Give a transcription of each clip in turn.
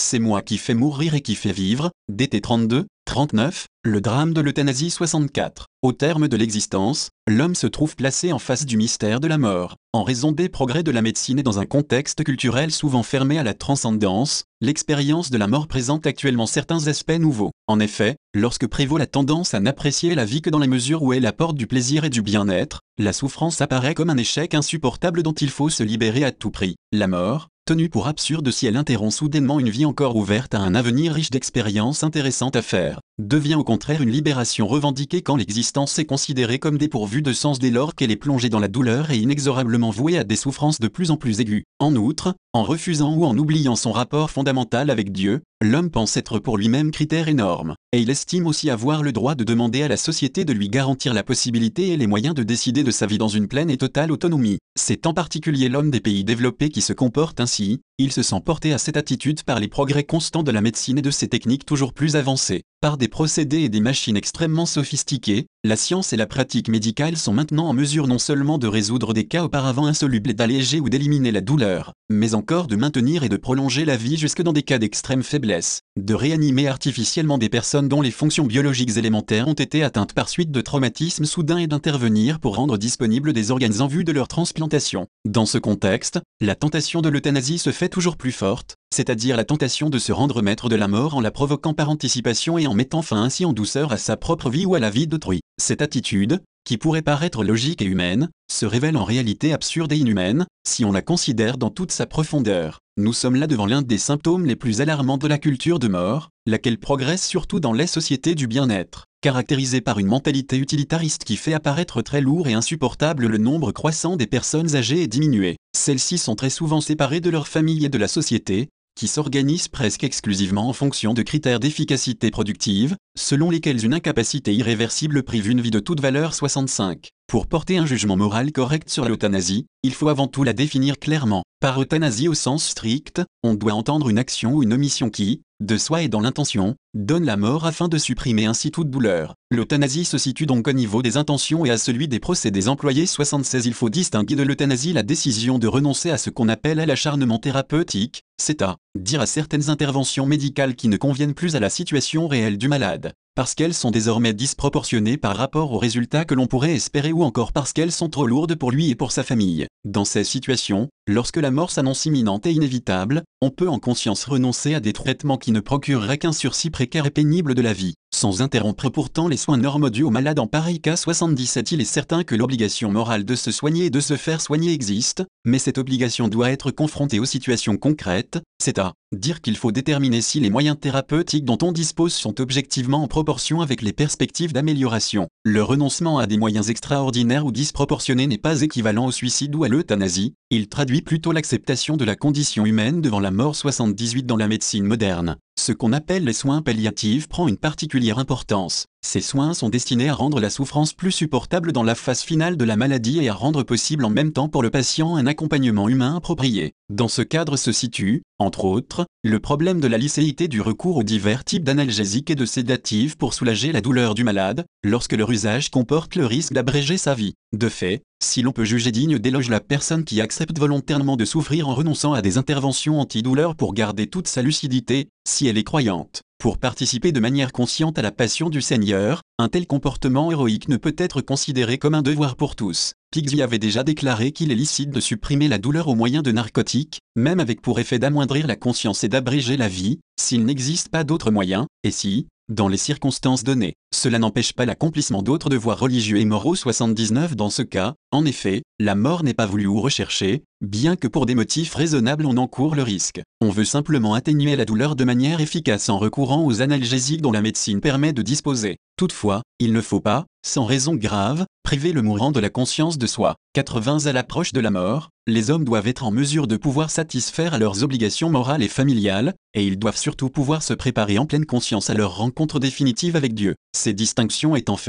C'est moi qui fais mourir et qui fais vivre, DT 32, 39, le drame de l'euthanasie 64. Au terme de l'existence, l'homme se trouve placé en face du mystère de la mort. En raison des progrès de la médecine et dans un contexte culturel souvent fermé à la transcendance, l'expérience de la mort présente actuellement certains aspects nouveaux. En effet, lorsque prévaut la tendance à n'apprécier la vie que dans la mesure où elle apporte du plaisir et du bien-être, la souffrance apparaît comme un échec insupportable dont il faut se libérer à tout prix. La mort, tenue pour absurde si elle interrompt soudainement une vie encore ouverte à un avenir riche d'expériences intéressantes à faire, devient au contraire une libération revendiquée quand l'existence est considérée comme dépourvue de sens dès lors qu'elle est plongée dans la douleur et inexorablement vouée à des souffrances de plus en plus aiguës. En outre, en refusant ou en oubliant son rapport fondamental avec Dieu, l'homme pense être pour lui-même critère et norme, et il estime aussi avoir le droit de demander à la société de lui garantir la possibilité et les moyens de décider de sa vie dans une pleine et totale autonomie. C'est en particulier l'homme des pays développés qui se comporte ainsi, il se sent porté à cette attitude par les progrès constants de la médecine et de ses techniques toujours plus avancées. Par des procédés et des machines extrêmement sophistiqués, la science et la pratique médicale sont maintenant en mesure non seulement de résoudre des cas auparavant insolubles et d'alléger ou d'éliminer la douleur, mais encore de maintenir et de prolonger la vie jusque dans des cas d'extrême faiblesse, de réanimer artificiellement des personnes dont les fonctions biologiques élémentaires ont été atteintes par suite de traumatismes soudains et d'intervenir pour rendre disponibles des organes en vue de leur transplantation. Dans ce contexte, la tentation de l'euthanasie se fait toujours plus forte, c'est-à-dire la tentation de se rendre maître de la mort en la provoquant par anticipation et en mettant fin ainsi en douceur à sa propre vie ou à la vie d'autrui. Cette attitude, qui pourrait paraître logique et humaine, se révèle en réalité absurde et inhumaine, si on la considère dans toute sa profondeur. Nous sommes là devant l'un des symptômes les plus alarmants de la culture de mort, laquelle progresse surtout dans les sociétés du bien-être, caractérisée par une mentalité utilitariste qui fait apparaître très lourd et insupportable le nombre croissant des personnes âgées et diminuées. Celles-ci sont très souvent séparées de leur famille et de la société, qui s'organisent presque exclusivement en fonction de critères d'efficacité productive, selon lesquels une incapacité irréversible prive une vie de toute valeur. 65. Pour porter un jugement moral correct sur l'euthanasie, il faut avant tout la définir clairement. Par euthanasie au sens strict, on doit entendre une action ou une omission qui, de soi et dans l'intention, donne la mort afin de supprimer ainsi toute douleur. L'euthanasie se situe donc au niveau des intentions et à celui des procédés employés. 76. Il faut distinguer de l'euthanasie la décision de renoncer à ce qu'on appelle l'acharnement thérapeutique, c'est-à-dire à certaines interventions médicales qui ne conviennent plus à la situation réelle du malade, parce qu'elles sont désormais disproportionnées par rapport aux résultats que l'on pourrait espérer ou encore parce qu'elles sont trop lourdes pour lui et pour sa famille. Dans ces situations, lorsque la mort s'annonce imminente et inévitable, on peut en conscience renoncer à des traitements qui ne procureraient qu'un sursis précaire et pénible de la vie, sans interrompre pourtant les soins normaux dus au malade en pareil cas. 77. Il est certain que l'obligation morale de se soigner et de se faire soigner existe, mais cette obligation doit être confrontée aux situations concrètes, c'est-à-dire qu'il faut déterminer si les moyens thérapeutiques dont on dispose sont objectivement en proportion avec les perspectives d'amélioration. Le renoncement à des moyens extraordinaires ou disproportionnés n'est pas équivalent au suicide ou à l'euthanasie, il traduit plutôt l'acceptation de la condition humaine devant la mort. 78. Dans la médecine moderne, ce qu'on appelle les soins palliatifs prend une particulière importance. Ces soins sont destinés à rendre la souffrance plus supportable dans la phase finale de la maladie et à rendre possible en même temps pour le patient un accompagnement humain approprié. Dans ce cadre se situe, entre autres, le problème de la licéité du recours aux divers types d'analgésiques et de sédatifs pour soulager la douleur du malade, lorsque leur usage comporte le risque d'abréger sa vie. De fait, si l'on peut juger digne d'éloge la personne qui accepte volontairement de souffrir en renonçant à des interventions antidouleurs pour garder toute sa lucidité, si elle est croyante, pour participer de manière consciente à la passion du Seigneur, un tel comportement héroïque ne peut être considéré comme un devoir pour tous. Pigsy avait déjà déclaré qu'il est licite de supprimer la douleur au moyen de narcotiques, même avec pour effet d'amoindrir la conscience et d'abréger la vie, s'il n'existe pas d'autres moyens, et si, dans les circonstances données, cela n'empêche pas l'accomplissement d'autres devoirs religieux et moraux. 79. Dans ce cas, en effet, la mort n'est pas voulue ou recherchée, bien que pour des motifs raisonnables on encourt le risque. On veut simplement atténuer la douleur de manière efficace en recourant aux analgésiques dont la médecine permet de disposer. Toutefois, il ne faut pas, sans raison grave, priver le mourant de la conscience de soi. 80. À l'approche de la mort, les hommes doivent être en mesure de pouvoir satisfaire à leurs obligations morales et familiales, et ils doivent surtout pouvoir se préparer en pleine conscience à leur rencontre définitive avec Dieu. Ces distinctions étant faites,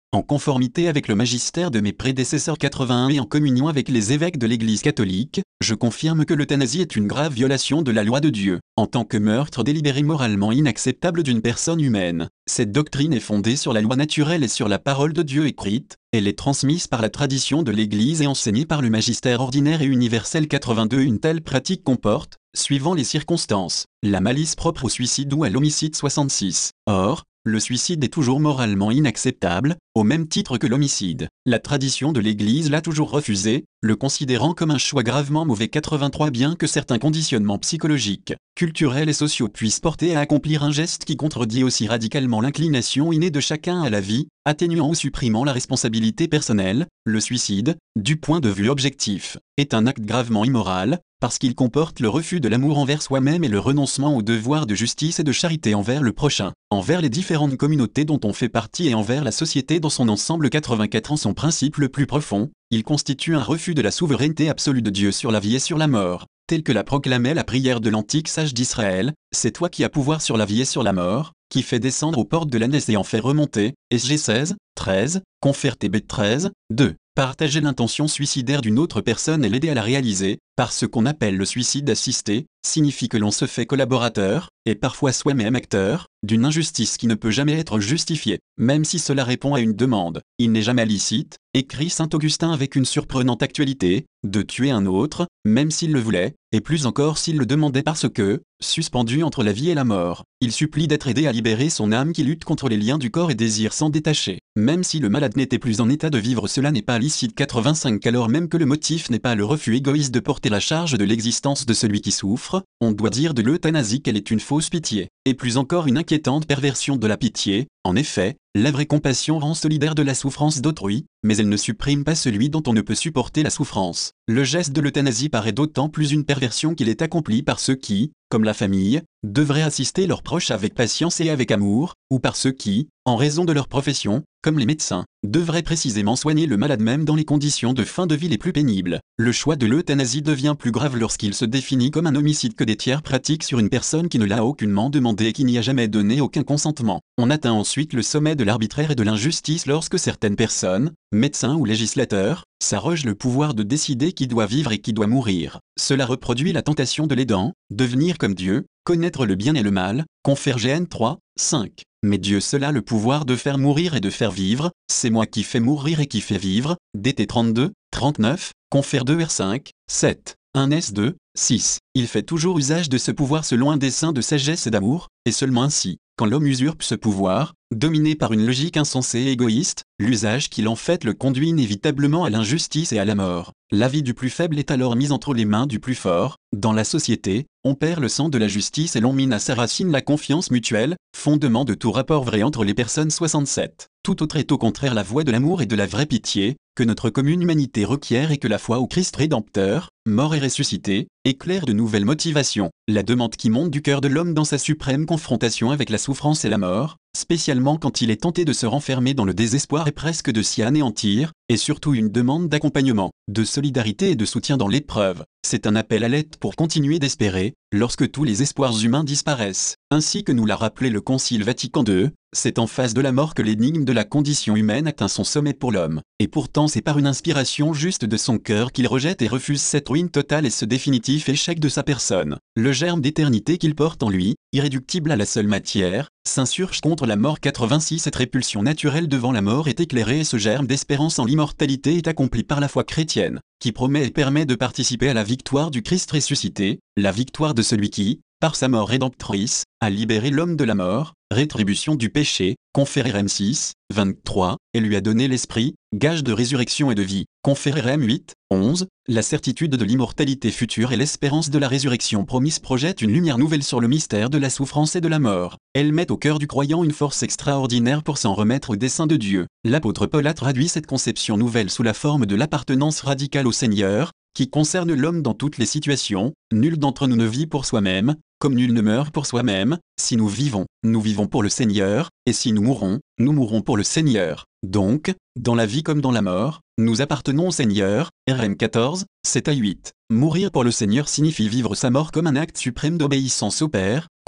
en conformité avec le magistère de mes prédécesseurs 81 et en communion avec les évêques de l'Église catholique, je confirme que l'euthanasie est une grave violation de la loi de Dieu, en tant que meurtre délibéré moralement inacceptable d'une personne humaine. Cette doctrine est fondée sur la loi naturelle et sur la parole de Dieu écrite. Elle est transmise par la tradition de l'Église et enseignée par le magistère ordinaire et universel 82. Une telle pratique comporte, suivant les circonstances, la malice propre au suicide ou à l'homicide 66. Or, le suicide est toujours moralement inacceptable, au même titre que l'homicide. La tradition de l'Église l'a toujours refusé, le considérant comme un choix gravement mauvais. 83. Bien que certains conditionnements psychologiques, culturels et sociaux puissent porter à accomplir un geste qui contredit aussi radicalement l'inclination innée de chacun à la vie, atténuant ou supprimant la responsabilité personnelle, le suicide, du point de vue objectif, est un acte gravement immoral, parce qu'il comporte le refus de l'amour envers soi-même et le renoncement au devoir de justice et de charité envers le prochain, envers les différentes communautés dont on fait partie et envers la société dans son ensemble. 84. En son principe le plus profond, il constitue un refus de la souveraineté absolue de Dieu sur la vie et sur la mort, tel que l'a proclamé la prière de l'antique sage d'Israël: c'est toi qui as pouvoir sur la vie et sur la mort, qui fait descendre aux portes de l'ânesse et en fait remonter. SG 16, 13, Confère TB 13, 2. Partager l'intention suicidaire d'une autre personne et l'aider à la réaliser, par ce qu'on appelle le suicide assisté, signifie que l'on se fait collaborateur, et parfois soi-même acteur, d'une injustice qui ne peut jamais être justifiée, même si cela répond à une demande. Il n'est jamais licite, écrit saint Augustin avec une surprenante actualité, de tuer un autre, même s'il le voulait, et plus encore s'il le demandait, parce que, suspendu entre la vie et la mort, il supplie d'être aidé à libérer son âme qui lutte contre les liens du corps et désire s'en détacher. Même si le malade n'était plus en état de vivre, cela n'est pas licite. 85. Alors même que le motif n'est pas le refus égoïste de porter la charge de l'existence de celui qui souffre, on doit dire de l'euthanasie qu'elle est une fausse pitié, et plus encore une inquiétante perversion de la pitié. En effet, la vraie compassion rend solidaire de la souffrance d'autrui, mais elle ne supprime pas celui dont on ne peut supporter la souffrance. Le geste de l'euthanasie paraît d'autant plus une perversion qu'il est accompli par ceux qui, comme la famille, devraient assister leurs proches avec patience et avec amour, ou par ceux qui, en raison de leur profession, comme les médecins, devraient précisément soigner le malade même dans les conditions de fin de vie les plus pénibles. Le choix de l'euthanasie devient plus grave lorsqu'il se définit comme un homicide que des tiers pratiquent sur une personne qui ne l'a aucunement demandé et qui n'y a jamais donné aucun consentement. On atteint ensuite le sommet de l'arbitraire et de l'injustice lorsque certaines personnes, médecins ou législateurs, s'arrogent le pouvoir de décider qui doit vivre et qui doit mourir. Cela reproduit la tentation de l'aidant, devenir comme Dieu, connaître le bien et le mal, Confère GN 3, 5. Mais Dieu seul a le pouvoir de faire mourir et de faire vivre, c'est moi qui fais mourir et qui fais vivre, DT 32, 39, Confère 2 R5, 7. 1 S2, 6. Il fait toujours usage de ce pouvoir selon un dessein de sagesse et d'amour, et seulement ainsi, quand l'homme usurpe ce pouvoir, dominé par une logique insensée et égoïste, l'usage qu'il en fait le conduit inévitablement à l'injustice et à la mort. La vie du plus faible est alors mise entre les mains du plus fort. Dans la société, on perd le sens de la justice et l'on mine à sa racine la confiance mutuelle, fondement de tout rapport vrai entre les personnes. 67. Tout autre est au contraire la voie de l'amour et de la vraie pitié, que notre commune humanité requiert et que la foi au Christ rédempteur, mort et ressuscité, éclaire de nouvelles motivations. La demande qui monte du cœur de l'homme dans sa suprême confrontation avec la souffrance et la mort, spécialement quand il est tenté de se renfermer dans le désespoir et presque de s'y anéantir, est surtout une demande d'accompagnement, de solidarité et de soutien dans l'épreuve. C'est un appel à l'aide pour continuer d'espérer, lorsque tous les espoirs humains disparaissent. Ainsi que nous l'a rappelé le Concile Vatican II, c'est en face de la mort que l'énigme de la condition humaine atteint son sommet pour l'homme. Et pourtant c'est par une inspiration juste de son cœur qu'il rejette et refuse cette ruine totale et ce définitif échec de sa personne. Le germe d'éternité qu'il porte en lui, irréductible à la seule matière, s'insurge contre la mort. 86. Cette répulsion naturelle devant la mort est éclairée et ce germe d'espérance en l'immortalité est accompli par la foi chrétienne, qui promet et permet de participer à la victoire du Christ ressuscité, la victoire de celui qui, par sa mort rédemptrice, a libéré l'homme de la mort, rétribution du péché, Confère RM 6, 23, et lui a donné l'esprit, gage de résurrection et de vie, Confère RM 8, 11, la certitude de l'immortalité future et l'espérance de la résurrection promise projettent une lumière nouvelle sur le mystère de la souffrance et de la mort. Elle met au cœur du croyant une force extraordinaire pour s'en remettre au dessein de Dieu. L'apôtre Paul a traduit cette conception nouvelle sous la forme de l'appartenance radicale au Seigneur, qui concerne l'homme dans toutes les situations. Nul d'entre nous ne vit pour soi-même, comme nul ne meurt pour soi-même. Si nous vivons pour le Seigneur, et si nous mourrons pour le Seigneur. Donc, dans la vie comme dans la mort, nous appartenons au Seigneur. RM 14, 7 à 8. Mourir pour le Seigneur signifie vivre sa mort comme un acte suprême d'obéissance au Père,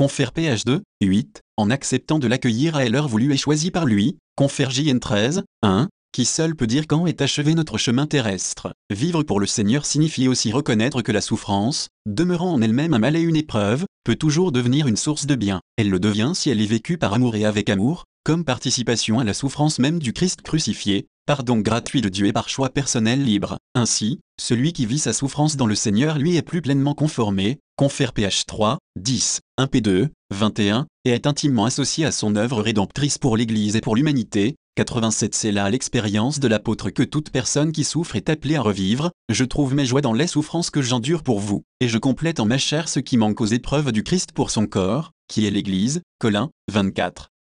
Confère PH2, 8, en acceptant de l'accueillir à l'heure voulue et choisie par lui. Confère JN13, 1, qui seul peut dire quand est achevé notre chemin terrestre. Vivre pour le Seigneur signifie aussi reconnaître que la souffrance, demeurant en elle-même un mal et une épreuve, peut toujours devenir une source de bien. Elle le devient si elle est vécue par amour et avec amour, comme participation à la souffrance même du Christ crucifié, pardon gratuit de Dieu et par choix personnel libre. Ainsi, celui qui vit sa souffrance dans le Seigneur lui est plus pleinement conformé, confère PH3, 10, 1 P2, 21, et est intimement associé à son œuvre rédemptrice pour l'Église et pour l'humanité. 87 C'est là l'expérience de l'apôtre que toute personne qui souffre est appelée à revivre. Je trouve mes joies dans les souffrances que j'endure pour vous, et je complète en ma chair ce qui manque aux épreuves du Christ pour son corps, qui est l'Église. Colin, 24.